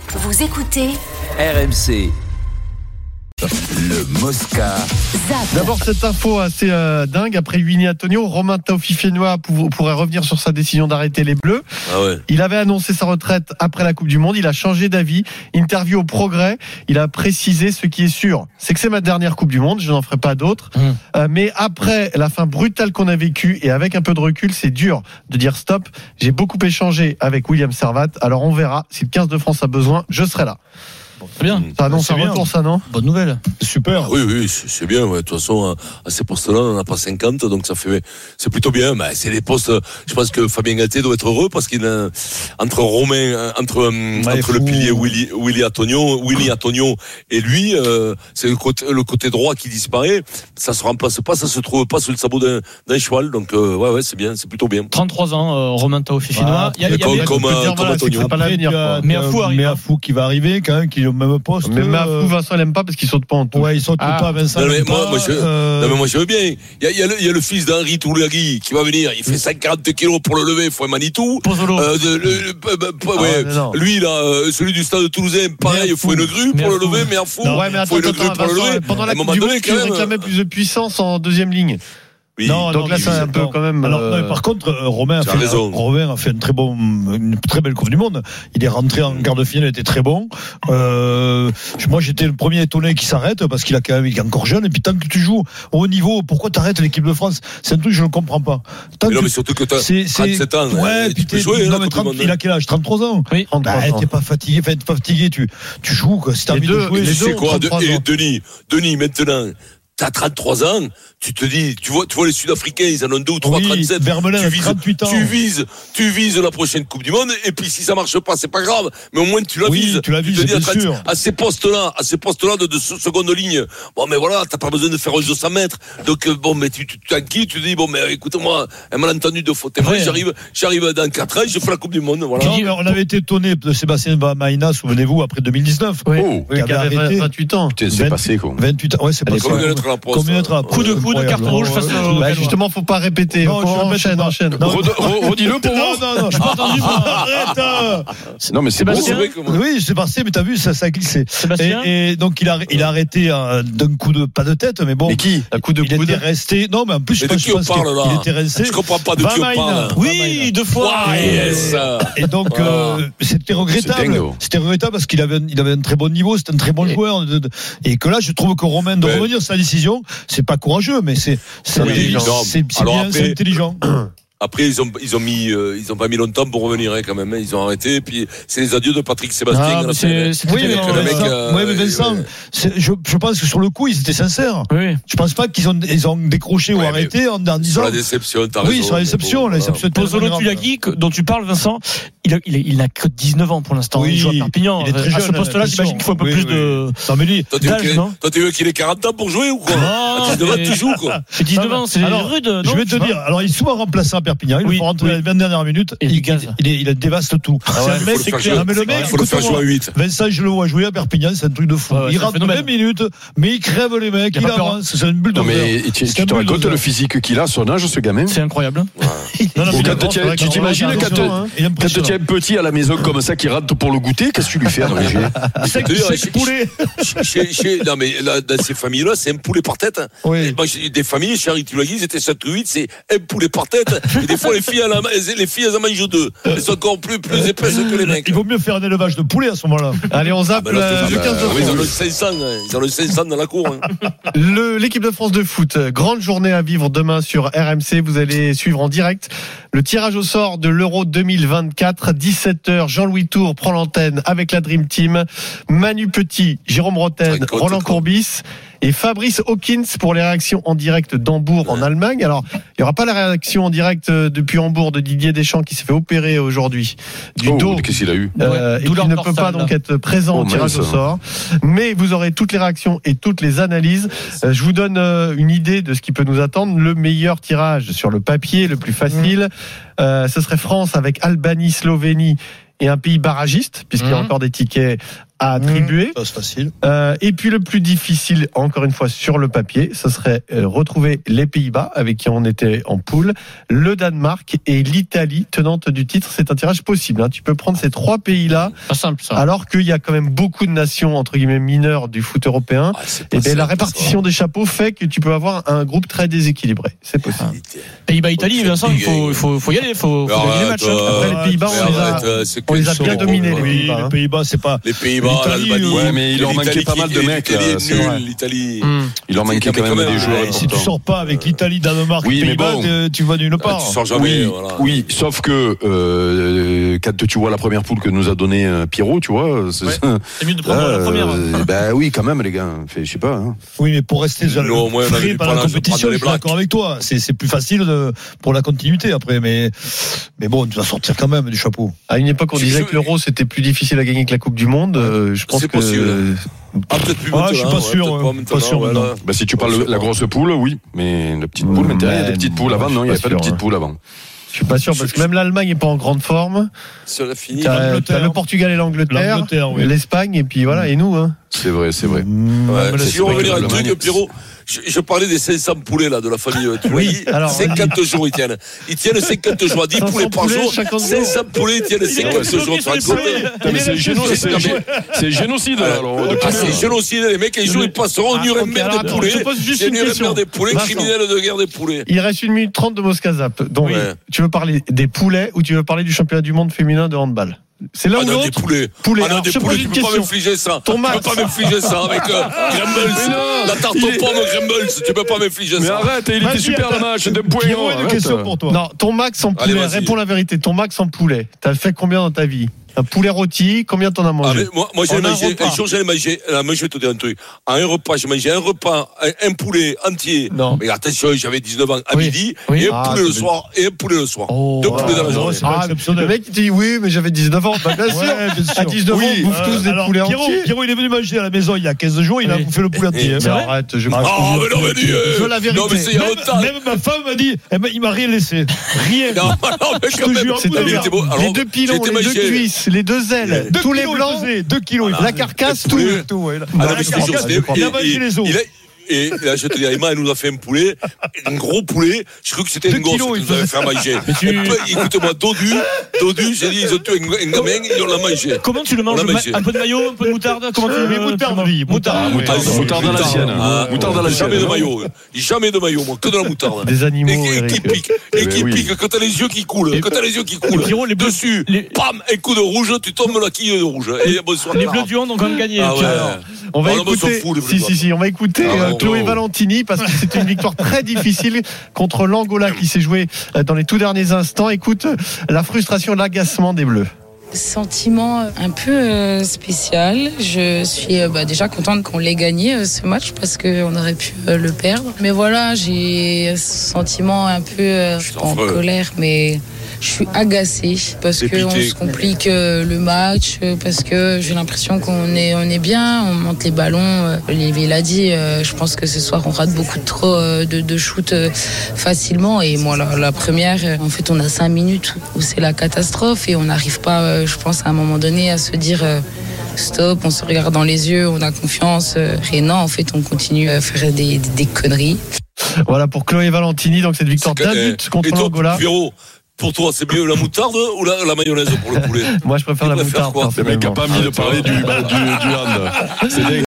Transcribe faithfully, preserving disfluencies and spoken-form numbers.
Vous écoutez R M C. Le Mosca. Zap. D'abord cette info assez euh, dingue. Après Winnie Antonio, Romain Taofifénois pour, pourrait revenir sur sa décision d'arrêter les Bleus. Ah ouais. Il avait annoncé sa retraite après la Coupe du Monde. Il a changé d'avis. Interview au Progrès. Il a précisé ce qui est sûr. C'est que c'est ma dernière Coupe du Monde. Je n'en ferai pas d'autres. Mmh. Euh, mais après la fin brutale qu'on a vécue et avec un peu de recul, c'est dur de dire stop. J'ai beaucoup échangé avec William Servat. Alors on verra. Si le quinze de France a besoin, je serai là. Bon, très bien. Ça annonce un retour, ça, non? Bonne nouvelle. Super. Ah oui, oui, c'est, c'est bien. Ouais. De toute façon, à ces postes-là, on n'en a pas cinquante, donc ça fait, c'est plutôt bien. Mais c'est des postes. Je pense que Fabien Galtier doit être heureux parce qu'il a entre Romain, entre ouais, entre le pilier Willy, Willy Antonio, Willy Antonio et lui, euh, c'est le côté, le côté droit qui disparaît. Ça se remplace pas, ça se trouve pas sous le sabot d'un, d'un cheval. Donc euh, ouais, ouais, c'est bien, c'est plutôt bien. trente-trois ans, euh, Romain Taofifénois. Il y a, il y a, comme, comme, euh, comme Antonio. Pas l'avenir. Mais à fou arrive. Mais à fou qui va arriver quand même, qui est au même poste. Mais Mafou, Vincent l'aime pas parce qu'il saute pas en tout. Ouais, il saute ah. pas, Vincent. Non, mais moi, pas, moi, je, euh... non, mais moi, je veux bien. Il y a, il y a, le, il y a le fils d'Henri Toulagui qui va venir. Il fait cinquante kilos pour le lever. Il faut un Manitou. Euh, de, le, le, ah, ouais, ouais, lui, là, euh, celui du stade toulousain, pareil, il faut une grue pour le lever, mais à fou. Ouais, mais attends, faut une grue pour le lever. Pendant la Coupe du Monde, tu réclamais plus de puissance en deuxième ligne. Oui. Non, donc non, là, c'est un peu quand même. Alors, non, par contre, euh, Romain, a fait, raison. Romain a fait une très bon, une très belle Coupe du Monde. Il est rentré en quart de finale, il était très bon. Euh, moi, j'étais le premier étonné qu'il s'arrête parce qu'il a quand même, il est encore jeune. Et puis, tant que tu joues au haut niveau, pourquoi t'arrêtes l'équipe de France? C'est un truc que je ne comprends pas. Tant mais non, que mais surtout que t'as c'est, trente-sept ans. Ouais, tu peux jouer, non, mais trente, il a quel âge? trente-trois ans. Oui. Bah, t'es pas fatigué, t'es pas fatigué, tu, tu joues, quoi. Si t'as envie de jouer, tu sais quoi, Denis, Denis, maintenant, t'as trente-trois ans, tu te dis, tu vois, tu vois les Sud-Africains, ils en ont deux ou trois, oui, trente-sept. Vermelin, tu vises, trente-huit ans. Tu vises, tu vises la prochaine Coupe du Monde, et puis si ça marche pas, c'est pas grave, mais au moins tu la oui, vises. Tu la vises, tu te dis, à, trente, sûr. à ces postes-là, à ces postes-là de, de seconde ligne. Bon, mais voilà, t'as pas besoin de faire un deux cents mètres. Donc, bon, mais tu, tu t'inquiètes, tu te dis, bon, mais écoute-moi, un malentendu de faute. Ouais. J'arrive, j'arrive dans quatre ans, je fais la Coupe du Monde, voilà. Non, mais on avait été étonné de Sébastien Maïna, souvenez-vous, après deux mille dix-neuf. Oui. Oh, oui, qui avait arrêté vingt-huit ans. Putain, c'est passé, quoi. vingt-huit ans, ouais, c'est passé. Combien d'être là? Coup de coup de carton rouge face au. Bah, justement, faut pas répéter. Non, enchaîne, enchaîne. Redis-le pour moi. Non, non, non, je pas entendu. Arrête. Non, mais c'est bon. Oui, c'est passé, mais t'as vu, ça, ça a glissé. Sébastien. Et donc, il a, il a arrêté d'un coup de, pas de tête, mais bon. Mais qui? Un coup de coude. Il était resté. Non, mais en plus, je pense qu'il était resté. Je comprends pas de qui on parle. Oui, deux fois. Et donc, c'était regrettable. C'était regrettable parce qu'il avait, il avait un très bon niveau, c'était un très bon joueur. Et que là, je trouve que Romain de revenir sur sa décision, c'est pas courageux, mais c'est, c'est, oui, intelligent. C'est, c'est bien, après, c'est intelligent. Après, ils ont, ils ont mis, euh, ils ont pas mis longtemps pour revenir, hein, quand même, hein. Ils ont arrêté, et puis c'est les adieux de Patrick Sébastien. Ah, là, c'est, c'est oui, mais, non, le mec, Vincent, euh, oui, mais Vincent, ouais. c'est, je, je pense que sur le coup, ils étaient sincères. Oui. Je pense pas qu'ils ont, ils ont décroché ouais, ou arrêté en, en disant. Sur la déception, t'as oui, raison. Oui, sur la déception, bon, la déception. Pozzolo Tulagi, dont tu parles, Vincent, il a, il a, il a que dix-neuf ans pour l'instant. Oui, il joue à Perpignan. Il est très jeune. À ce poste-là, j'imagine qu'il faut un peu oui, plus oui. de. Non, mais lui, toi, tu veux, toi, tu veux qu'il ait quarante ans pour jouer ou quoi? Non, à dix-neuf ans, tu joues, quoi. C'est dix-neuf ans, c'est rude. Je vais te dire, alors, il est souvent remplacé à Perpignan. Il faut rentrer les vingt dernières minutes. Et il, il, il, il dévaste tout. Ah ouais, c'est un mec, c'est clair. Mais le mec, il faut le faire jouer à huit. Vincent, je le vois jouer à Perpignan, c'est un truc de fou. Ah ouais, il rentre vingt minutes, mais il crève les mecs, il, il avance. C'est une bulle de Non, mais tu, tu te racontes le physique qu'il a, son âge, ce gamin. C'est incroyable. Tu t'imagines quand tu tiens petit à la maison comme ça, qui rentre pour le goûter, qu'est-ce que tu lui fais? C'est un poulet. Non, mais dans ces familles-là, c'est un poulet par tête. Des familles, chez Henri Tulagi, ils étaient sept ou huit, c'est un poulet par tête. Et des fois, les filles, les filles, elles en mangent deux. Elles sont encore plus, plus épaisses que les mecs. Il vaut mieux faire un élevage de poulet à ce moment-là. Allez, on zappe ah ben là, le bah, quinze de France. Oui, ils ont le cinq cents, ils ont le cinq cents dans la cour. Hein. Le, l'équipe de France de foot, grande journée à vivre demain sur R M C. Vous allez suivre en direct le tirage au sort de l'Euro deux mille vingt-quatre. dix-sept heures, Jean-Louis Tour prend l'antenne avec la Dream Team. Manu Petit, Jérôme Rotten, Roland Courbis et Fabrice Hawkins pour les réactions en direct d'Hambourg ouais. en Allemagne. Alors, il n'y aura pas la réaction en direct depuis Hambourg de Didier Deschamps qui s'est fait opérer aujourd'hui du oh, dos. Qu'est-ce qu'il a eu euh, ouais. Et qui ne peut pas donc être présent oh, au tirage au sort. Mais vous aurez toutes les réactions et toutes les analyses. Euh, je vous donne euh, une idée de ce qui peut nous attendre. Le meilleur tirage sur le papier, le plus facile, mmh. euh, ce serait France avec Albanie, Slovénie et un pays barragiste, puisqu'il mmh. y a encore des tickets à attribuer. Mmh, ça, c'est facile. Euh, et puis le plus difficile, encore une fois sur le papier, ce serait euh, retrouver les Pays-Bas avec qui on était en poule, le Danemark et l'Italie tenante du titre. C'est un tirage possible. Hein. Tu peux prendre ces trois pays-là. Pas simple ça. Alors qu'il y a quand même beaucoup de nations entre guillemets mineures du foot européen. Ah, et bien la répartition ça. des chapeaux fait que tu peux avoir un groupe très déséquilibré. C'est possible. Ah. Pays-Bas-Italie, Vincent, il faut, il faut, faut y aller. Il faut, faut gagner les matchs. Hein. Après les Pays-Bas, on les a, on les a bien dominés. Les Pays-Bas, hein. Les Pays-Bas, c'est pas. Les Pays-Bas, l'Albanie. Ouais, mais il leur manquait pas mal de mecs. L'Italie. Il leur manquait quand même des joueurs. Si tu sors pas avec l'Italie, Danemark, Pays-Bas, tu vas nulle part. Tu sors jamais. Oui, sauf que quand tu vois la première poule que nous a donné Pierrot, tu vois. C'est mieux de prendre la première. Ben oui, quand même, les gars. Je sais pas. Oui, mais pour rester frais par la compétition, je suis d'accord avec toi. C'est plus facile pour la continuité après, mais mais bon, tu vas sortir quand même du chapeau. À une époque, on disait que l'Euro c'était plus difficile à gagner que la Coupe du Monde. Euh, je pense c'est que possible. Ah, peut-être plus ah, je suis pas sûr. Ouais, pas, pas sûr ouais, maintenant. Bah, si tu parles de la grosse poule, oui, mais la petite poule, maintenant, il y a des petites poules avant. Non, il n'y avait pas de petites poules avant. Je suis pas sûr parce que même l'Allemagne est pas en grande forme. C'est fini. T'as, t'as le Portugal et l'Angleterre, oui. l'Espagne et puis voilà, et nous. Hein. C'est vrai, c'est vrai. Ouais, ouais, si on revenir à un truc, Pierrot. Je, je parlais des cinq cents poulets là de la famille. Tu vois, oui, alors, cinquante jours ils tiennent. Ils tiennent cinquante jours, à dix poulets par jour. cinq cents poulets ils tiennent cinquante jours. C'est génocide. C'est génocide. C'est génocide. Les mecs, ils jouent, ils passeront au Nuremberg des poulets. C'est Nuremberg des poulets, criminels de guerre des poulets. Il reste une minute trente de Mosca Zap. Donc, tu veux parler des poulets ou tu veux parler du championnat du monde féminin de handball? C'est là où ah non, l'autre. Des poulets. Poulets. Ah non, des poulets, tu peux pas m'infliger ça. Ton Max. Tu peux pas m'infliger ça avec euh, Grumbles. La tarte aux pommes Grumbles. Tu peux pas m'infliger ça. Mais arrête, il était super le match. Deux points. Une question pour toi. Non, ton Max en poulet. Allez, réponds la vérité. Ton Max en poulet. T'as fait combien dans ta vie? Un poulet rôti, combien t'en as mangé? Ah, mais moi, moi j'ai mangé, un jour j'allais manger, là, moi je vais te dire un truc, en un repas, j'ai mangé un repas, un, un poulet entier, non. Mais attention, j'avais dix-neuf ans à oui. midi, oui. et un ah, poulet le soir, et un poulet le soir. Oh, deux poulets ah, dans la journée. Ah, le mec il dit oui, mais j'avais dix-neuf ans, bah, bien, ouais, sûr. bien sûr, à dix-neuf oui. ans, on bouffe euh, tous des alors, poulets Pierrot, entiers. Pierrot, il est venu manger à la maison il y a quinze jours, il a bouffé le poulet entier. Arrête, je Ah, mais non, mais dis, je veux la vérité. Non, mais c'est il y a longtemps. Même ma femme m'a dit, il m'a rien laissé. Rien. Non, non, mais quand même. Les deux pilons, les deux cuisses, les deux ailes. Tous les blancs, deux kilos, la carcasse, tout. tout ah, non, mais c'est il a mangé les os. Et là, je te dis, Emma, elle nous a fait un poulet, un gros poulet. Je crois que c'était une gosse qui nous avait fait manger. Tu... Écoute-moi, Dodu, Dodu, j'ai dit, ils ont tué un gamin et on l'a mangé. Comment tu le manges? Un peu de maillot, un peu de moutarde? Comment tu le moutarde, oui, moutarde. Moutarde à la sienne. Moutarde à la sienne. Jamais de maillot. Jamais de maillot, moi, que de la moutarde. Des animaux. Et qui pique. Et qui pique. Quand t'as les yeux qui coulent. Quand t'as les yeux qui coulent. Dessus, bam, un coup de rouge, tu tombes la quille de rouge. Et bonsoir. Les Bleus du Hand ont quand même gagné. On va écouter. Si, si, si, on va écouter Chloé Valentini. Parce que c'est une victoire très difficile contre l'Angola qui s'est jouée dans les tout derniers instants. Écoute la frustration, l'agacement des Bleus. Sentiment un peu spécial. Je suis bah, déjà contente qu'on l'ait gagné ce match parce qu'on aurait pu le perdre. Mais voilà, j'ai un sentiment un peu en colère, mais je suis agacée parce qu'on se complique le match, parce que j'ai l'impression qu'on est, on est bien, on monte les ballons. Olivier l'a dit, je pense que ce soir on rate beaucoup trop de, de shoot facilement. Et moi, la, la première, en fait, on a cinq minutes où c'est la catastrophe et on n'arrive pas, je pense, à un moment donné à se dire stop, on se regarde dans les yeux, on a confiance. Et non, en fait, on continue à faire des, des, des conneries. Voilà pour Chloé Valentini, donc cette victoire d'un but contre l'Angola. Pierrot, pour toi, c'est mieux la moutarde ou la, la mayonnaise pour le poulet? Moi, je préfère la moutarde. Le mec n'a pas mis de parler du, du, du hand. C'est